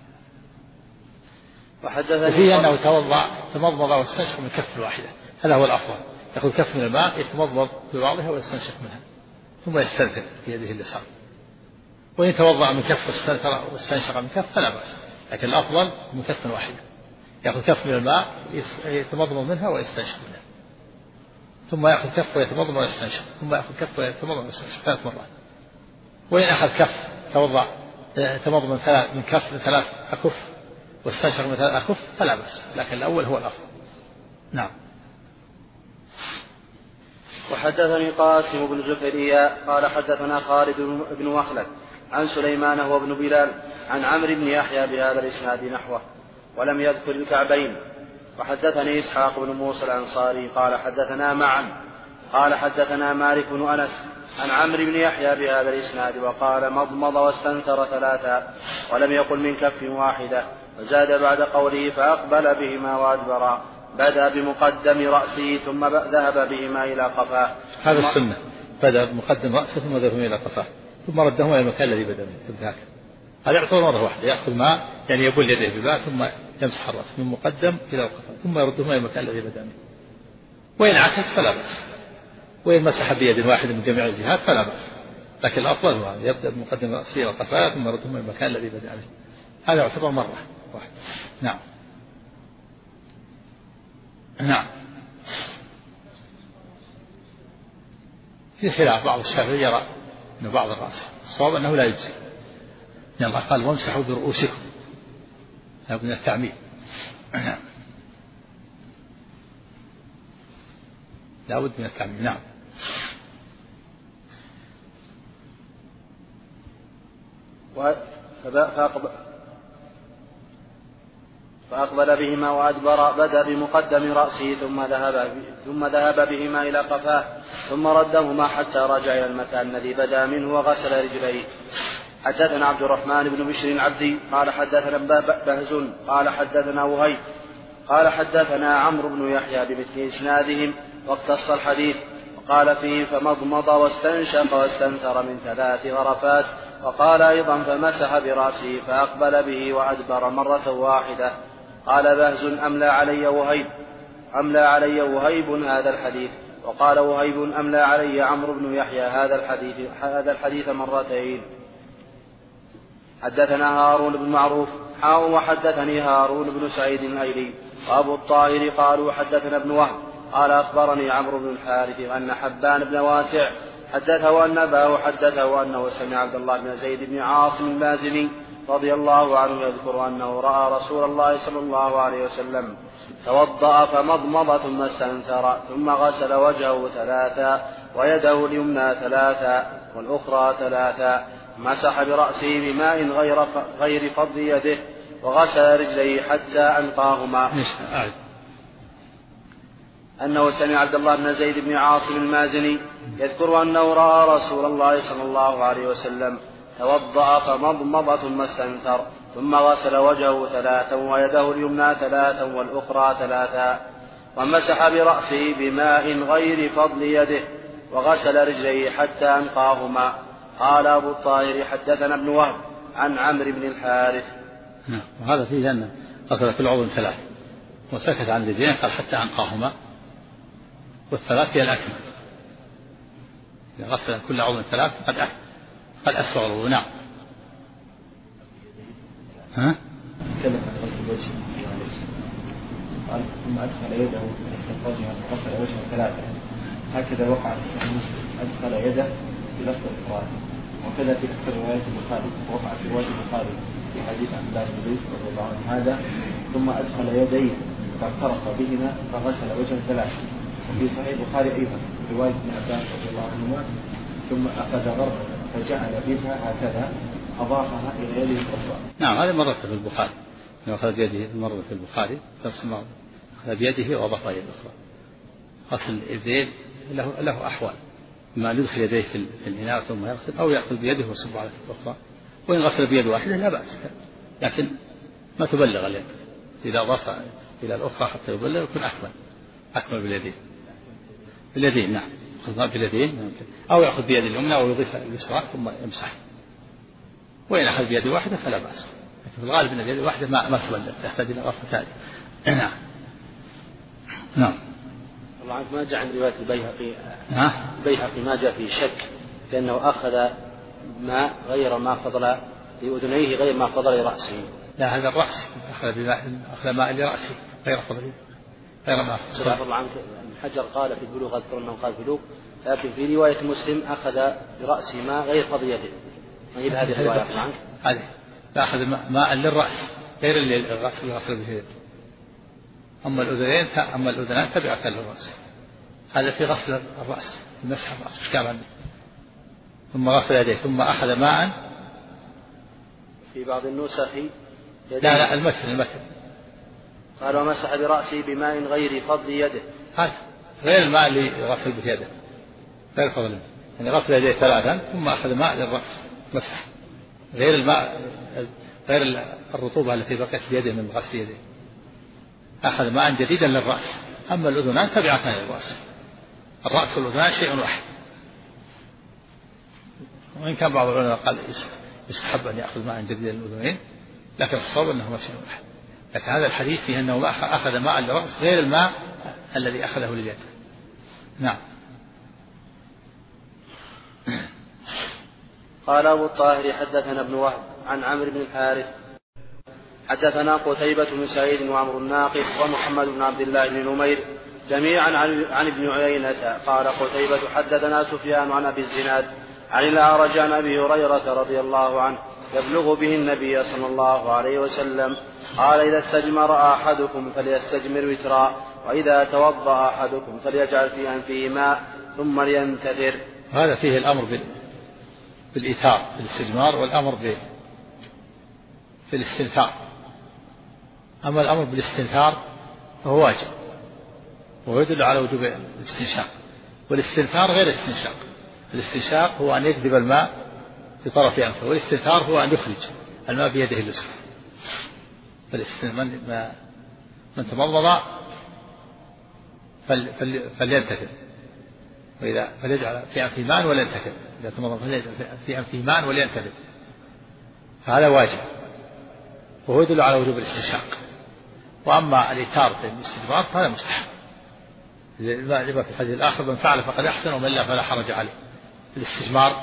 وفيه أنه تمضمض واستنشق من كف واحدة، هذا هو الأفضل، يأخذ كف من الماء يتمضمض ببعضها ويستنشق منها ثم يستنثر بيده اليسار. وإن توضأ من كف واستنشق من كف فلا بأس، لكن الأفضل من كف واحدة، يأخذ كف من الماء يتمضمض منها ويستنشق منها، ثم يأخذ كف ويتمضمض ويستنشق، ثم يأخذ كف ويتمضمض ويستنشق 3 مرات. وإن أخذ كف تمضمض من كف 3 أكف واستنشق من 3 أكف فلا بأس، لكن الأول هو الأفضل. نعم. وحدثني قاسم بن زكريا قال حدثنا خالد بن مخلد عن سليمان هو بن بلال عن عمرو بن يحيى بهذا الإسناد نحوه ولم يذكر الكعبين. وحدثني إسحاق بن موسى الأنصاري قال حدثنا معا قال حدثنا مالك بن أنس عن عمرو بن يحيى بهذا الإسناد وقال مضمض واستنثر 3 ولم يقل من كف واحدة، وزاد بعد قوله فأقبل بهما وأدبرا، بدأ بمقدم رأسه ثم ذهب بهما إلى قفاه. هذا السنة، بدأ بمقدم رأسه ثم ذهب إلى قفاه ثم ردهما إلى المكان الذي بدأ منه. هذا يعتبر مرة واحدة، يأخذ ماء يعني يبل يديه بالماء ثم يمسح الرأس من مقدم إلى القفا ثم يردهما إلى المكان الذي بدأ منه. وإن عكس فلا بأس، وإن مسح بيد واحدة من جميع الجهات فلا بأس، لكن الأفضل هو يبدأ بمقدم رأسه إلى القفا ثم يردهما إلى المكان الذي بدأ منه. هذا يعتبر مرة واحدة. نعم. نعم. في خلاف، بعض الشافعية يرى أن بعض الرأس الصواب أنه لا يجزي، لأن الله قال وامسحوا برؤوسكم، هذا من التعميم. لا بد من التعميم. نعم. فأقبل بهما وأدبر، بدأ بمقدم رأسه ثم ذهب بهما إلى قفاه ثم ردهما حتى رجع إلى المكان الذي بدأ منه وغسل رجليه. حدثنا عبد الرحمن بن بشر العبدي قال حدثنا بهز قال حدثنا وهيب قال حدثنا عمرو بن يحيى بمثل إسنادهم واقتص الحديث وقال فيه فمضمض واستنشق واستنثر من 3 غرفات، وقال أيضا فمسح برأسه فأقبل به وأدبر مرة واحدة. قال بهز أملى علي وهيب هذا الحديث، وقال وهيب أملى علي عمرو بن يحيى هذا الحديث مرتين. حدثنا هارون بن معروف وحدثني هارون بن سعيد الأيلي وأبو الطاهر قالوا حدثنا ابن وهب قال أخبرني عمرو بن الحارث أن حبان بن واسع حدثه أن أباه حدثه أنه سمع عبد الله بن زيد بن عاصم المازني رضي الله عنه يذكر أنه رأى رسول الله صلى الله عليه وسلم توضأ فمضمض ثم استنثر ثم غسل وجهه 3 ويده اليمنى 3 والأخرى 3، مسح برأسه بماء غير فضل يده وغسل رجليه حتى أنقاهما. أنه سمع عبد الله بن زيد بن عاصم المازني يذكر أنه رأى رسول الله صلى الله عليه وسلم توضأ فمضمض ثم استنثر ثم غسل وجهه 3 ويده اليمنى 3 والأخرى 3، ومسح برأسه بماء غير فضل يده وغسل رجليه حتى أنقاهما. قال أبو الطاهر حدثنا ابن وهب عن عمرو بن الحارث. وهذا فيه أن غسل كل عضو 3 وسكت عن الرجلين قال حتى أنقاهما، والثلاث هي الأكمل. إذا غسل كل عضو 3 قد أسوغ الوضوء. نعم. تكلم عن غسل الوجه قال ثم أدخل يده في استنفاذها غسل وجهه 3، هكذا وقع في صحيح مسلم أدخل يده في لفظ الإفراد، وكذا في أكثر روايات البخاري وقع في رواية البخاري في حديث عبد الله بن زيد رضي الله عنه هذا ثم أدخل يديه فاعترف بهما فغسل وجهه 3، وفي صحيح البخاري أيضا رواية ابن عباس رضي الله عنهما ثم أخذ غرفة فجعل بها هكذا أضافها إلى يده الأخرى. نعم، هذا مرة في البخاري، أخذ بيده مرة في البخاري أخذ بيده وأضاف يده الأخرى. غسل اليدين له أحوال، ما يدخل يديه في الإناء ثم يغسل، أو يأخذ بيده ويصب على الأخرى. وإن غسل بيد واحدة لا بأس، لكن ما تبلغ اليد، إذا أضاف إلى الأخرى حتى يبلغ يكون أكمل باليدين. نعم، يأخذ باليدين ممكن، أو يأخذ بيد اليمنى ويضيف اليسرى ثم يمسح. وإن أخذ بيد واحدة فلا بأس، لكن في الغالب أن اليد واحدة ما تبلغ، تحتاج إلى غرفة ثانية. نعم. الله عنك ما جاء عن رواية البيهقي ما جاء في شك لأنه أخذ ماء غير ما فضل لأذنيه غير ما فضل لرأسه. لا، هذا الرأس أخذ ماء لرأسه غير فضل غير ما فضل. الله عنك الحجر قال في البلوغ، أذكر أنه قال في البلوغ، لكن في رواية مسلم أخذ برأسه ماء غير فضل يده. ما هي هذه الرواية الله عنك؟ هذه لا، أخذ ماء للرأس غير الرأس اللي غسل به. أما الأذنان تبعة للرأس، هذا في غسل الرأس، مسح الرأس مش كامل. ثم غسل يديه ثم أخذ ماء. في بعض النسخ لا المتن قال ومسح برأسه بماء غير فضل يده، هذا غير الماء اللي غسل به يده غير فضل، يعني غسل يديه 3 ثم أخذ ماء للرأس مسح، غير الماء غير الرطوبة التي بقيت في يده من غسل يده، أخذ ماء جديدا للرأس. أما الأذنان تبعتان للرأس، الرأس والأذنان شيء واحد. وإن كان بعض العلماء قال يستحب أن يأخذ ماء جديدا للأذنين، لكن الصواب أنه شيء واحد. لكن هذا الحديث فيه أنه أخذ ماء للرأس غير الماء الذي أخذه لليد. نعم. قال أبو الطاهر حدثنا ابن وهب عن عمرو بن الحارث حدثنا قتيبة بن سعيد وعمرو الناقد ومحمد بن عبد الله بن نمير جميعا عن ابن عيينة. قال قتيبة حدثنا سفيان عن أبي الزناد عن الأعرج عن أبي هريرة رضي الله عنه يبلغ به النبي صلى الله عليه وسلم قال إذا استجمر أحدكم فليستجمر وترا وإذا توضأ أحدكم فليجعل في أنفه ماء ثم لينتثر. هذا فيه الأمر بالإيثار في الاستجمار والأمر في الاستنثار. أما الأمر بالاستنثار فهو واجب ويدل على وجوب الاستنشاق، والاستنثار غير الاستنشاق. الاستنشاق هو أن يجذب الماء بطرف أنفه، والاستنثار هو أن يخرج الماء بيده اليسرى. من تمضمض فلينتثر، وإذا فليجعل في أنفه ماء ولينتثر. إذا تمضمض فليجعل في أنفه ماء ولينتثر، فهذا واجب وهو يدل على وجوب الاستنشاق. وأما الإيثار في الاستجمار فهذا مستحب لما في الحديث الآخر من فعل فقد أحسن ومن لا فلا حرج عليه. الاستجمار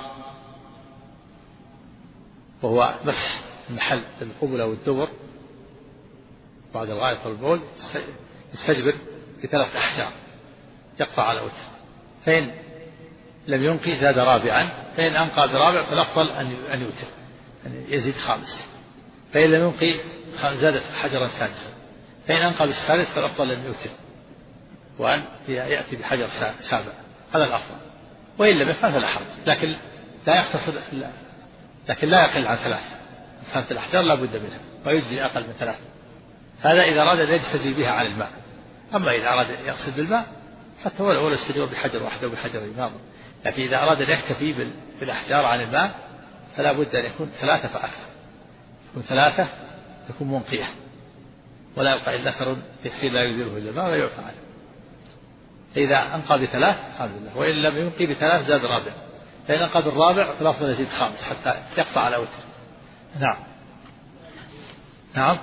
وهو مسح المحل القبلة والدبر بعد الغائط والبول، يستجبر بثلاث أحجار يقطع على وتر، فإن لم ينقي زاد رابعا، فإن أنقى برابع فالأفضل أن يوتر يعني يزيد خامس، فإن لم ينقي زاد حجرا سادسا، فإن أنقى بالسادس فالأفضل أن يوتر وأن يأتي بحجر سابع، هذا الأفضل. وإن لم يفعل فلا حرج، لكن لا يقتصر، لكن لا يقل عن ثلاثة الأحجار لا بد منها، ويجزي أقل من ثلاثة. هذا إذا أراد أن يجتزي بها على الماء. أما إذا أراد أن يقصد بالماء حتى ولو استجوى بحجر واحد أو بحجرين ماضي، لكن إذا أراد أن يكتفي بالأحجار عن الماء فلا بد أن يكون ثلاثة فأكثر، تكون ثلاثة تكون منقية، ولا يبقى إلا ذكر يسير لا يزيله إلا الماء ويعفى عنه. فإذا أنقى بثلاث الحمد لله، وإن لم ينقي بثلاث زاد رابع، فإن أنقى بالرابع فالأفضل يزيد خامس حتى يقطع على وتر. نعم. نعم.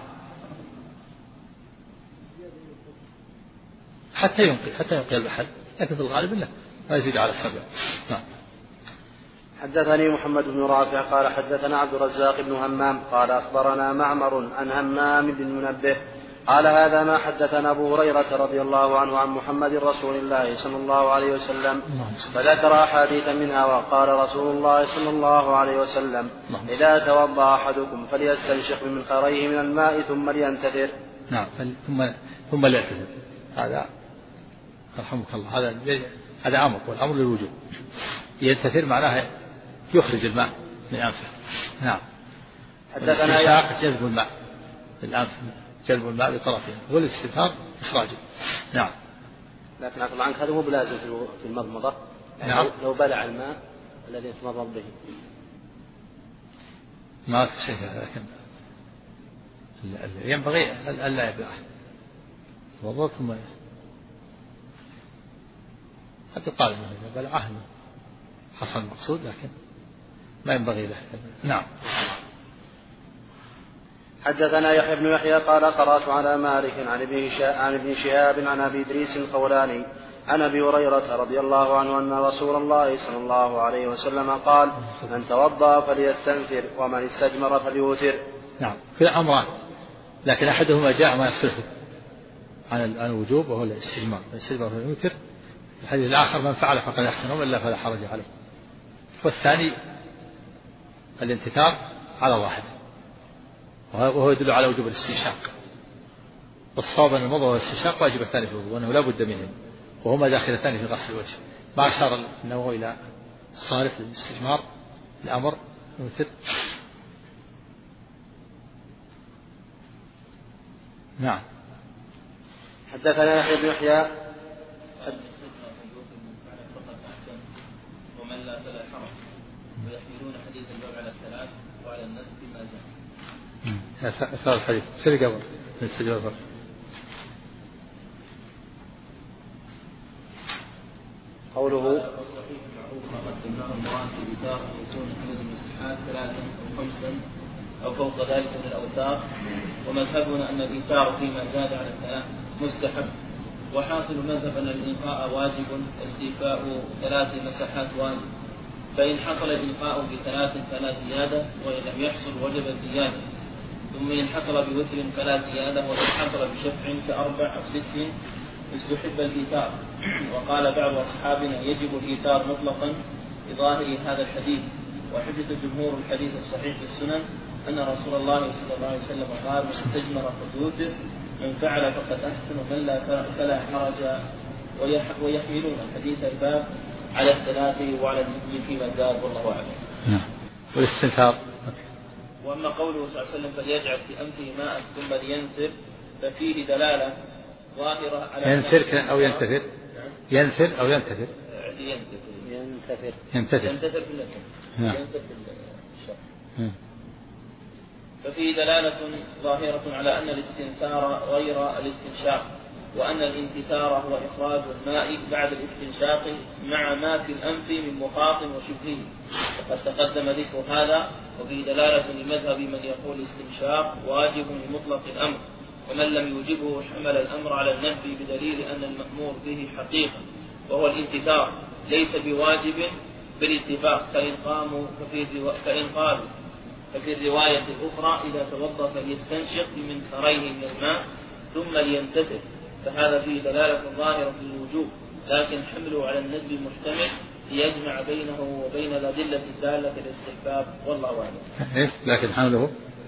حتى ينقي المحل، لكن في الغالب لا، ما يزيد على 7. نعم. حدثني محمد بن رافع قال حدثنا عبد الرزاق بن همام قال أخبرنا معمر عن همام بن منبه قال هذا ما حدثنا أبو هريرة رضي الله عنه عن محمد رسول الله صلى الله عليه وسلم، فذكر أحاديث منها وقال رسول الله صلى الله عليه وسلم إذا توضأ أحدكم فليستنشق من خريه من الماء ثم لينتثر. نعم. ثم لينتثر، هذا رحمك الله هذا أمر، والأمر للوجوب. ينتثر معناه يخرج الماء من أنفه. نعم. الاستنشاق جذب الماء بالأنف، جلب الماء بطرفه، والاستنثار إخراجه. نعم. لكن عفوا عنك هذا مو بلازم في المضمضة. نعم. لو بلع الماء الذي يتمضض به ما في شيء، لكن ينبغي ألا يبلعه وضوء ثم قد يقال انه اذا بلعه حصل المقصود، لكن ما ينبغي له. نعم. حدثنا يحيى بن يحيى قال قرأت على مالك عن ابن شهاب عن أبي إدريس الخولاني عن أبي هريرة رضي الله عنه أن رسول الله صلى الله عليه وسلم قال من توضأ فليستنثر ومن استجمر فليوتر. نعم. في أمران، لكن أحدهما جاء ما يصرفه عن الوجوب وهو الاستجمار، فالاستجمار فليوتر. الحديث الآخر من فعل فقد أحسن ومن لا فلا حرج عليه. والثاني الانتثار على واحد، وهو يدل على وجوب الاستنشاق. والصواب أن المضمضة والاستنشاق واجبتان في الوضوء وأنه لا بد منهم، وهما داخلتان في غسل الوجه. ما أشار النووي إلى الصارف للاستجمار الأمر يوتر. نعم. حدثنا يحيى بن يحيى ومن لا فلا حرج، ويحملون حديث الباب على الثلاث وعلى النفس ما زال. هذا الحديث شرق قبل من السجود. قوله الصحيح معروف ما قدمناه المراتب بتار يكون حدد المسحات 3 أو 5 أو فوق ذلك من الأوساخ. ومذهبنا أن الإيثار فيما زاد على الثلاث مستحب. وحاصل المذهب أن الإلقاء واجب، استيفاء 3 مساحات واجب، فإن حصل الإلقاء ب3 فلا زيادة، وإن لم يحصل وجب الزيادة. ثم إن حصل بوتر فلا زيادة، وإن حصل بشفع ك4 أو 6 استحب الإيثار. وقال بعض أصحابنا يجب الإيثار مطلقا بظاهر هذا الحديث. وحجة جمهور الحديث الصحيح في السنن أن رسول الله صلى الله عليه وسلم قال: من استجمر فليوتر، من فعل فقد أحسن، ومن لا فلا حرج. ويحملون حديث الباب على الثلاث وعلى الاثنين فيما زاد، والله أعلم. نعم. والاستنثار. وأما قوله صلى الله عليه وسلم: فليجعل في أنفه ماء ثم لينثر، ففيه دلالة ظاهرة على ينثر أو ينتثر. ينثر أو ينتثر. ينتثر في النفس. ينتثر في الشر. ففيه دلالة ظاهرة على أن الاستنثار غير الاستنشاق، وأن الانتثار هو إخراج الماء بعد الاستنشاق مع ما في الأنف من مخاط وشبهه، وقد تقدم ذكر هذا. وفيه دلالة لمذهب من يقول الاستنشاق واجب لمطلق الأمر، ومن لم يوجبه حمل الأمر على النفي بدليل أن المأمور به حقيقة وهو الانتثار ليس بواجب بالاتفاق، فإن قالوا ففي الرواية الأخرى: إذا توضأ فليستنشق بمنثرين من الماء ثم لينتثر، فهذا فيه دلالة ظاهرة للوجوب، لكن حمله على الندب محتمل ليجمع بينه وبين الأدلة الدالة للاستحباب، والله أعلم. لكن حمله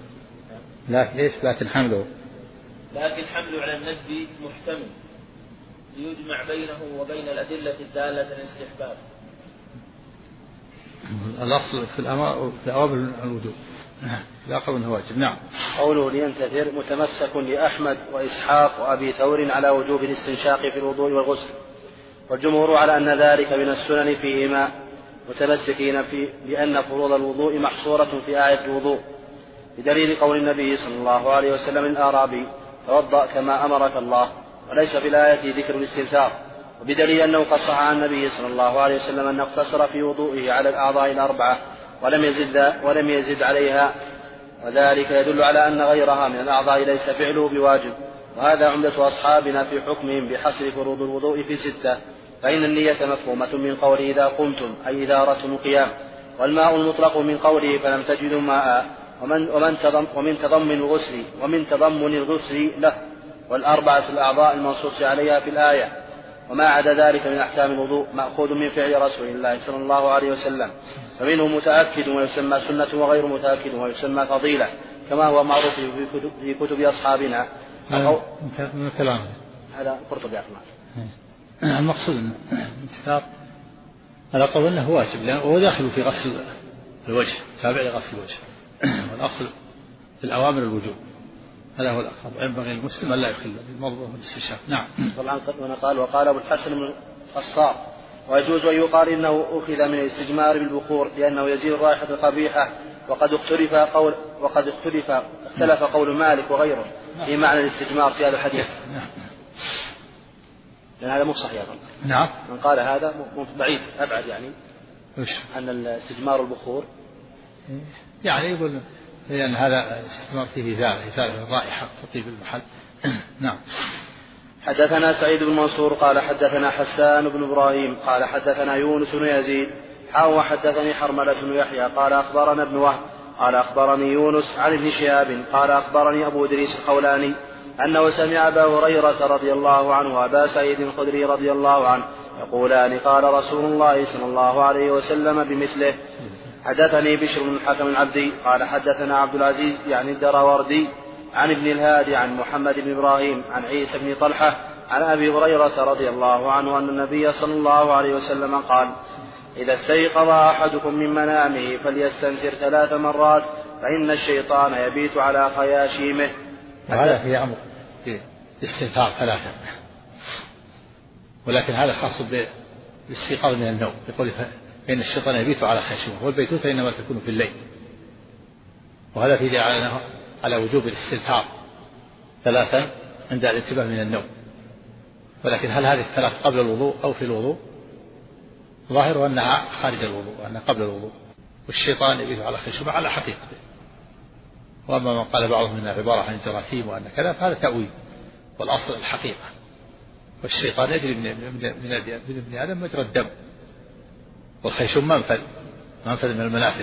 على الندب محتمل ليجمع بينه وبين الأدلة الدالة للاستحباب. الأصل في الأوامر الوجوب، لا قول أنه واجب. نعم. قوله لينتثر متمسك لأحمد وإسحاق وأبي ثور على وجوب الاستنشاق في الوضوء والغسل، والجمهور على أن ذلك من السنن فيهما، متمسكين بأن فروض الوضوء محصورة في آية الوضوء، بدليل قول النبي صلى الله عليه وسلم للأعرابي: توضأ كما أمرك الله، وليس في الآية ذكر الاستنثار، وبدليل أنه قد صح عن النبي صلى الله عليه وسلم أنه اقتصر في وضوئه على الأعضاء الأربعة ولم يزد عليها، وذلك يدل على أن غيرها من الأعضاء ليس فعله بواجب. وهذا عمدة أصحابنا في حكمهم بحصر فروض الوضوء في 6، فإن النية مفهومة من قوله إذا قمتم، أي إذا أردتم القيام، والماء المطلق من قوله فلم تجدوا ماء، ومن تضمن الغسل له، والأربعة الأعضاء المنصوص عليها في الآية. وما عدا ذلك من أحكام الوضوء مأخوذ من فعل رسول الله صلى الله عليه وسلم، فمنه متأكد ويسمى سنة، وغير متأكد ويسمى فضيلة، كما هو معروف في كتب أصحابنا. من كلامه هذا قرطبي أحمد. المقصود الانتثار على قول أنه واجب، لأنه داخل في غسل الوجه، تابع لغسل الوجه، والأصل في الأوامر الوجوب، هذا هو الأقرب. ينبغي المسلم أن لا يخل بالموضوع والاستنشاق. نعم. وقال أبو الحسن بن الصار: ويجوز أن يقال إنه أخذ من الاستجمار بالبخور لأنه يزيل الرائحة القبيحة، وقد اختلف قول مالك وغيره في معنى الاستجمار في هذا الحديث، لأن هذا مو صحيح. نعم. من قال هذا بعيد أبعد، يعني أن الاستجمار البخور، يعني يقول لأن هذا الاستجمار فيه إزالة الرائحة تطيب المحل. نعم. حدثنا سعيد بن منصور قال حدثنا حسان بن إبراهيم قال حدثنا يونس بن يزيد وحدثني حرملة بن يحيى قال أخبرنا ابن وهب قال أخبرني يونس عن ابن شهاب قال أخبرني أبو إدريس الخولاني أنه سمع أبا هريرة رضي الله عنه وأبا سعيد الخدري رضي الله عنه يقولان قال رسول الله صلى الله عليه وسلم بمثله. حدثني بشر بن الحكم العبدي قال حدثنا عبد العزيز يعني الدراوردي عن ابن الهادي عن محمد بن إبراهيم عن عيسى بن طلحة عن أبي هريرة رضي الله عنه أن النبي صلى الله عليه وسلم قال: إذا استيقظ أحدكم من منامه فليستنثر 3 مرات فإن الشيطان يبيت على خياشيمه. وهذا في أمر بالاستنثار 3، ولكن هذا خاص بالاستيقاظ من النوم، يقول فإن الشيطان يبيت على خياشيمه، والبيتوتة إنما تكون في الليل، وهذا في دلالة على وجوب الاستنثار 3 عند الانتباه من النوم. ولكن هل هذه 3 قبل الوضوء أو في الوضوء؟ ظاهر أنها خارج الوضوء، أنها قبل الوضوء، والشيطان يبيت على خياشيمه على حقيقته، وأما من قال بعضهم إنها عبارة عن الجراثيم وأن كذا فهذا تأويل، والأصل الحقيقة. والشيطان يجري من ابن آدم مجرى الدم، والخيشوم منفذ من المنافذ.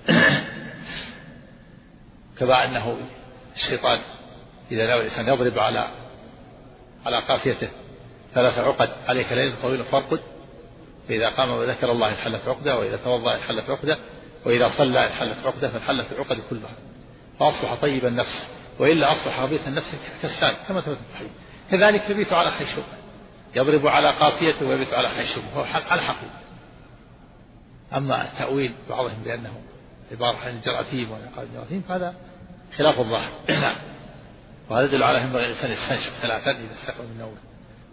كما أنه الشيطان إذا نوى الإنسان يضرب على قافيته 3 عقد: عليك ليل طويل فارقد، فإذا قام وذكر الله انحلت عقدة، وإذا توضأ انحلت عقدة، وإذا صلى انحلت عقدة، فانحلت العقد كلها، فأصبح طيب النفس، وإلا أصبح خبيث النفس كالساد كما ثبت في الحديث. كذلك يبيت على خيشوم، يضرب على قافيته ويبيت على خيشوم، هو على حقيقة. أما التأويل بعضهم بأنه عبارة عن الجراثيم وعقاد الجراثيم فهذا خلاف الظاهر. وهذا يدل على ينبغي الإنسان يستنشق 3 إذا استيقظ من نومه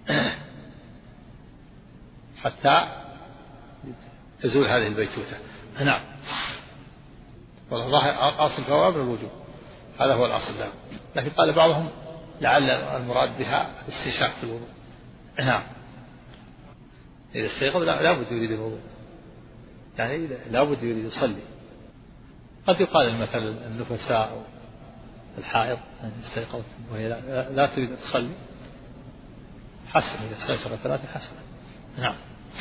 حتى تزول هذه البيتوتة. نعم. والظاهر أصل الفواب الوجوب، هذا هو الأصل له. لكن قال بعضهم لعل المراد بها الاستنشاق في الوضوء. نعم. إذا استيقظ لا بد يريد الوضوء، يعني لا بد يريد يصلي. قد يقال مثلا النفساء أو الحائض أن استيقظت وهي لا تريد أن تصلي، حسن إذا استنشق 3 حسن. نعم.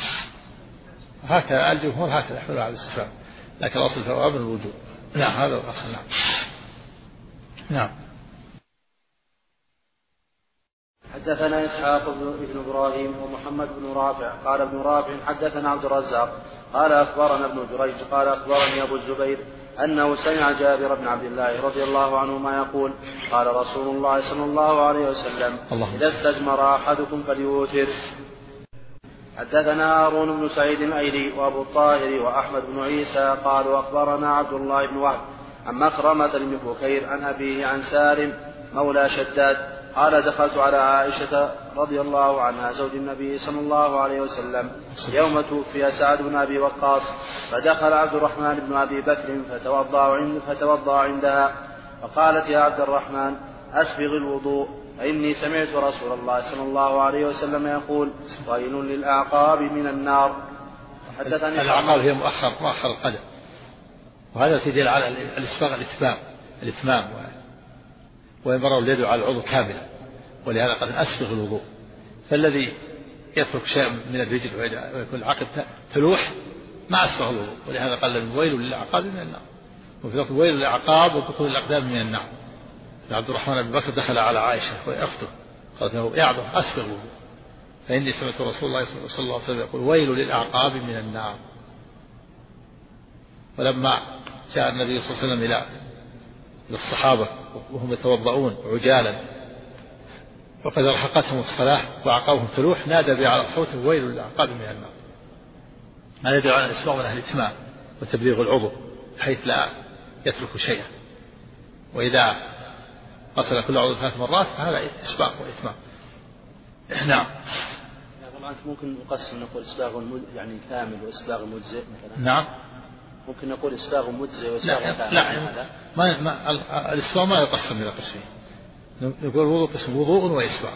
هكذا الجمهور هكذا يحملون على الاستفهام، لكن الأصل في أمر الوجوب. نعم هذا الأصل. نعم. نعم. حدثنا إسحاق بن إبراهيم ومحمد بن رافع قال ابن رافع حدثنا عبد الرزاق قال أخبرنا ابن جريج قال أخبرني أبو الزبير أنه سمع جابر بن عبد الله رضي الله عنهما يقول قال رسول الله صلى الله عليه وسلم إذا استجمر أحدكم فليوتر. حدثنا هارون بن سعيد الأيلي وأبو الطاهر وأحمد بن عيسى قالوا أخبرنا عبد الله بن وهب عن مخرمة بن بكير عن أبيه عن سالم مولى شداد قال دخلت على عائشة رضي الله عنها زوج النبي صلى الله عليه وسلم يوم توفي سعد بن أبي وقاص، فدخل عبد الرحمن بن أبي بكر فتوضأ عندها، فقالت يا عبد الرحمن أسبغ الوضوء، فإني سمعت رسول الله صلى الله عليه وسلم يقول ويل للأعقاب من النار. حدثني الأعقاب هي مؤخر القدم، وهذا يدل على الإسباغ الإتمام ويمر اليد على العضو كاملا، ولهذا قد أسبغ الوضوء. فالذي يترك شيء من الرجل ويكون العقب تلوح ما أسبغ الوضوء، ولهذا قال ويل للأعقاب من النار، وفي لفظ ويل للأعقاب وبطون الأقدام من النار. عبد الرحمن بن بكر دخل على عائشة وهي أخته قالت له يا عبد أسبغ الوضوء، فإني سمعت رسول الله صلى الله عليه وسلم يقول ويل للأعقاب من النار. ولما جاء النبي صلى الله عليه وسلم إلى الصحابة وهم يتوضؤون عجالا وقد أرهقتهم الصلاة وأعقابهم تلوح نادى بأعلى صوته ويل للأعقاب من النار. هذا يدل على الإسباغ من أهل الإتمام وتبليغ العضو حيث لا يترك شيئا، وإذا غسل كل عضو 3 مرات فهذا إسباغ وإتمام. نعم. طبعا ممكن نقسم نقول إسباغ يعني كامل وإسباغ مجزئ مثلا. نعم. ممكن نقول إسباغ مجزئ وإسباغ كامل. لا الإسباغ ما يقسم إلى قسمين، نقول وضوء قسم وضوء وإسباغ.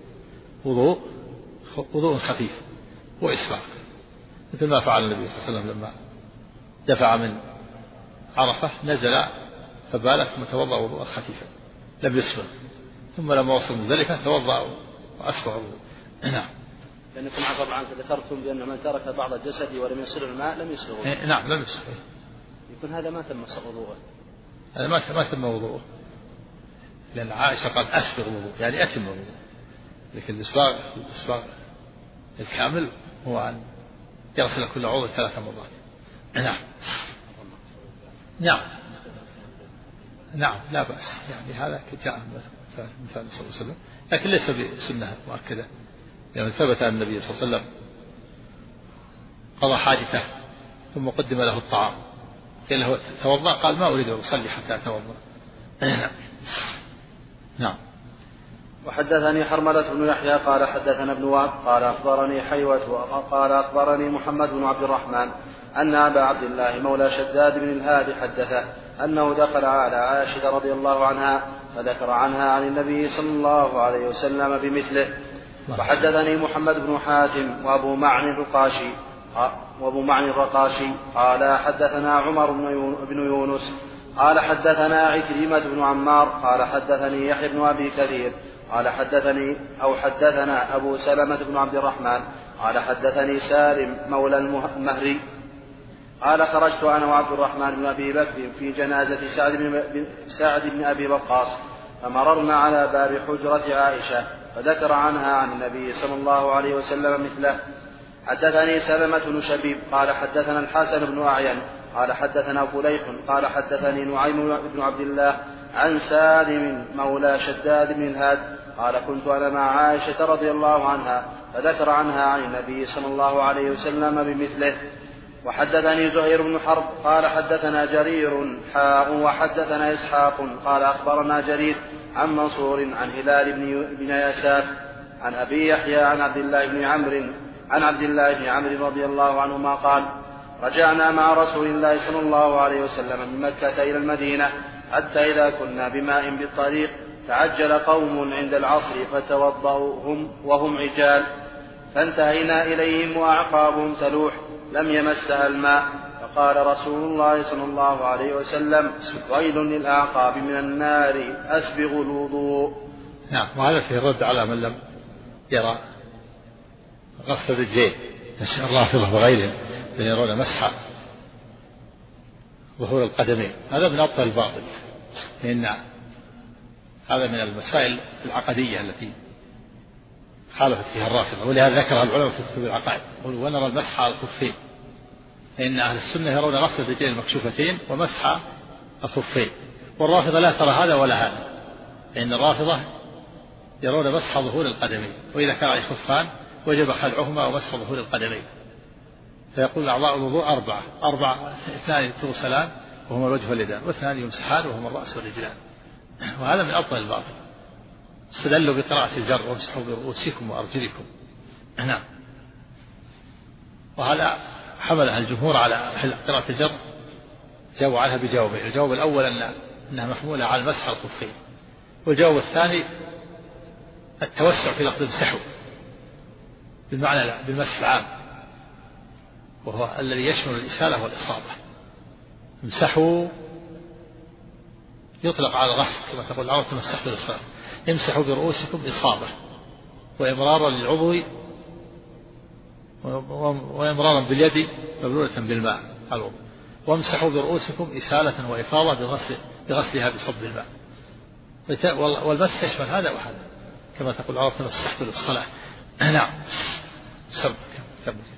وضوء خفيف وإسباغ، مثل ما فعل النبي صلى الله عليه وسلم لما دفع من عرفة نزل فبال ثم توضأ وضوءا خفيفا لم يسبغ، ثم لما وصل مزدلفة توضأ وأسبغ الوضوء. نعم. لأنكم عفوا عنك ذكرتم بأن من ترك بعض الجسد ولم يصل الماء لم يسبغ. نعم لم يسبغ. يكون هذا ما تم وضوءه. هذا ما تم وضوءه، لأن عائشة قالت أسبغ الوضوء يعني أتم الوضوء، لكن الإسباغ الكامل هو أن يغسل كل عضو 3 مرات. نعم. نعم لا بأس، يعني هذا جاء من فعل صلى الله عليه وسلم، لكن ليس بسنة مؤكدة، لأن ثبت أن النبي صلى الله عليه وسلم قضى حاجته ثم قدم له الطعام قال له توضأ قال ما أريد أن أصلي حتى أتوضأ. نعم. وحدثني حرملة بن يحيى قال حدثنا ابن وهب قال أخبرني حيوة قال أخبرني محمد بن عبد الرحمن أن أبا عبد الله مولى شداد بن الهادي حدثه أنه دخل على عائشة رضي الله عنها فذكر عنها عن النبي صلى الله عليه وسلم بمثله. وحدثني محمد بن حاتم وأبو معن الرقاشي قال حدثنا عمر بن يونس قال حدثنا عكرمة بن عمار قال حدثني يحيى بن أبي كثير قال حدثنا أبو سلمة بن عبد الرحمن قال حدثني سالم مولى المهري قال خرجت أنا وعبد الرحمن بن أبي بكر في جنازة سعد بن أبي وقاص فمررنا على باب حجرة عائشة فذكر عنها عن النبي صلى الله عليه وسلم مثله. حدثني سلمة بن شبيب قال حدثنا الحسن بن أعين قال حدثنا فليح قال حدثني نعيم بن عبد الله عن سالم مولى شداد بن الهاد قال كنت أنا مع عائشة رضي الله عنها فذكر عنها عن النبي صلى الله عليه وسلم بمثله. وحدثني زهير بن حرب قال حدثنا جرير وحدثنا إسحاق قال أخبرنا جرير عن منصور عن هلال بن يساف عن أبي يحيى عن عبد الله بن عمرو رضي الله عنهما قال رجعنا مع رسول الله صلى الله عليه وسلم من مكة إلى المدينة حتى إذا كنا بماء بالطريق تعجل قوم عند العصر فتوضأوا وهم رجال فانتهينا إليهم وأعقابهم تلوح لم يمسها الماء فقال رسول الله صلى الله عليه وسلم ويل للأعقاب من النار أسبغ الوضوء. نعم. وهذا في الرد على من لم يرى غسل الرجلين الرافضة وغيرهم الذين يرون مسح ظهور القدمين. هذا من أبطل الباطل لأن هذا من المسائل العقدية التي خالفت فيها الرافضة ولهذا ذكرها العلماء في كتب العقائد ونرى المسح على الخفين لأن أهل السنة يرون غسل الرجلين المكشوفتين ومسح الخفين والرافضة لا ترى هذا ولا هذا لأن الرافضة يرون مسح ظهور القدمين وإذا كان عليه خفان وجب خلعهما ومسح ظهور القدمين فيقول أعضاء الوضوء أربعة 2 تغسلان وهما الوجه واليدان و2 يمسحان وهما الرأس والرجلان وهذا من أبطل الباطل. استدلوا بقراءة الجر وامسحوا برؤوسكم وأرجلكم. نعم. وهذا حملها الجمهور على قراءة الجر جاوبوا عنها بجوابين. الجواب الأول أنها محمولة على المسح الخفين والجواب الثاني التوسع في لفظ امسحوا بالمعنى بالمسح العام وهو الذي يشمل الإسالة والإصابة. امسحوا يطلق على الغسل كما تقول العرب تمسحوا للصلاة. امسحوا برؤوسكم إصابة وإمرارا للعضو وإمرارا باليد مبلولة بالماء على الوضوء وامسحوا برؤوسكم إسالة وإفاضة بغسلها بصب الماء والمسح يشمل هذا وهذا كما تقول العرب تمسحوا للصلاة. نعم. كمل.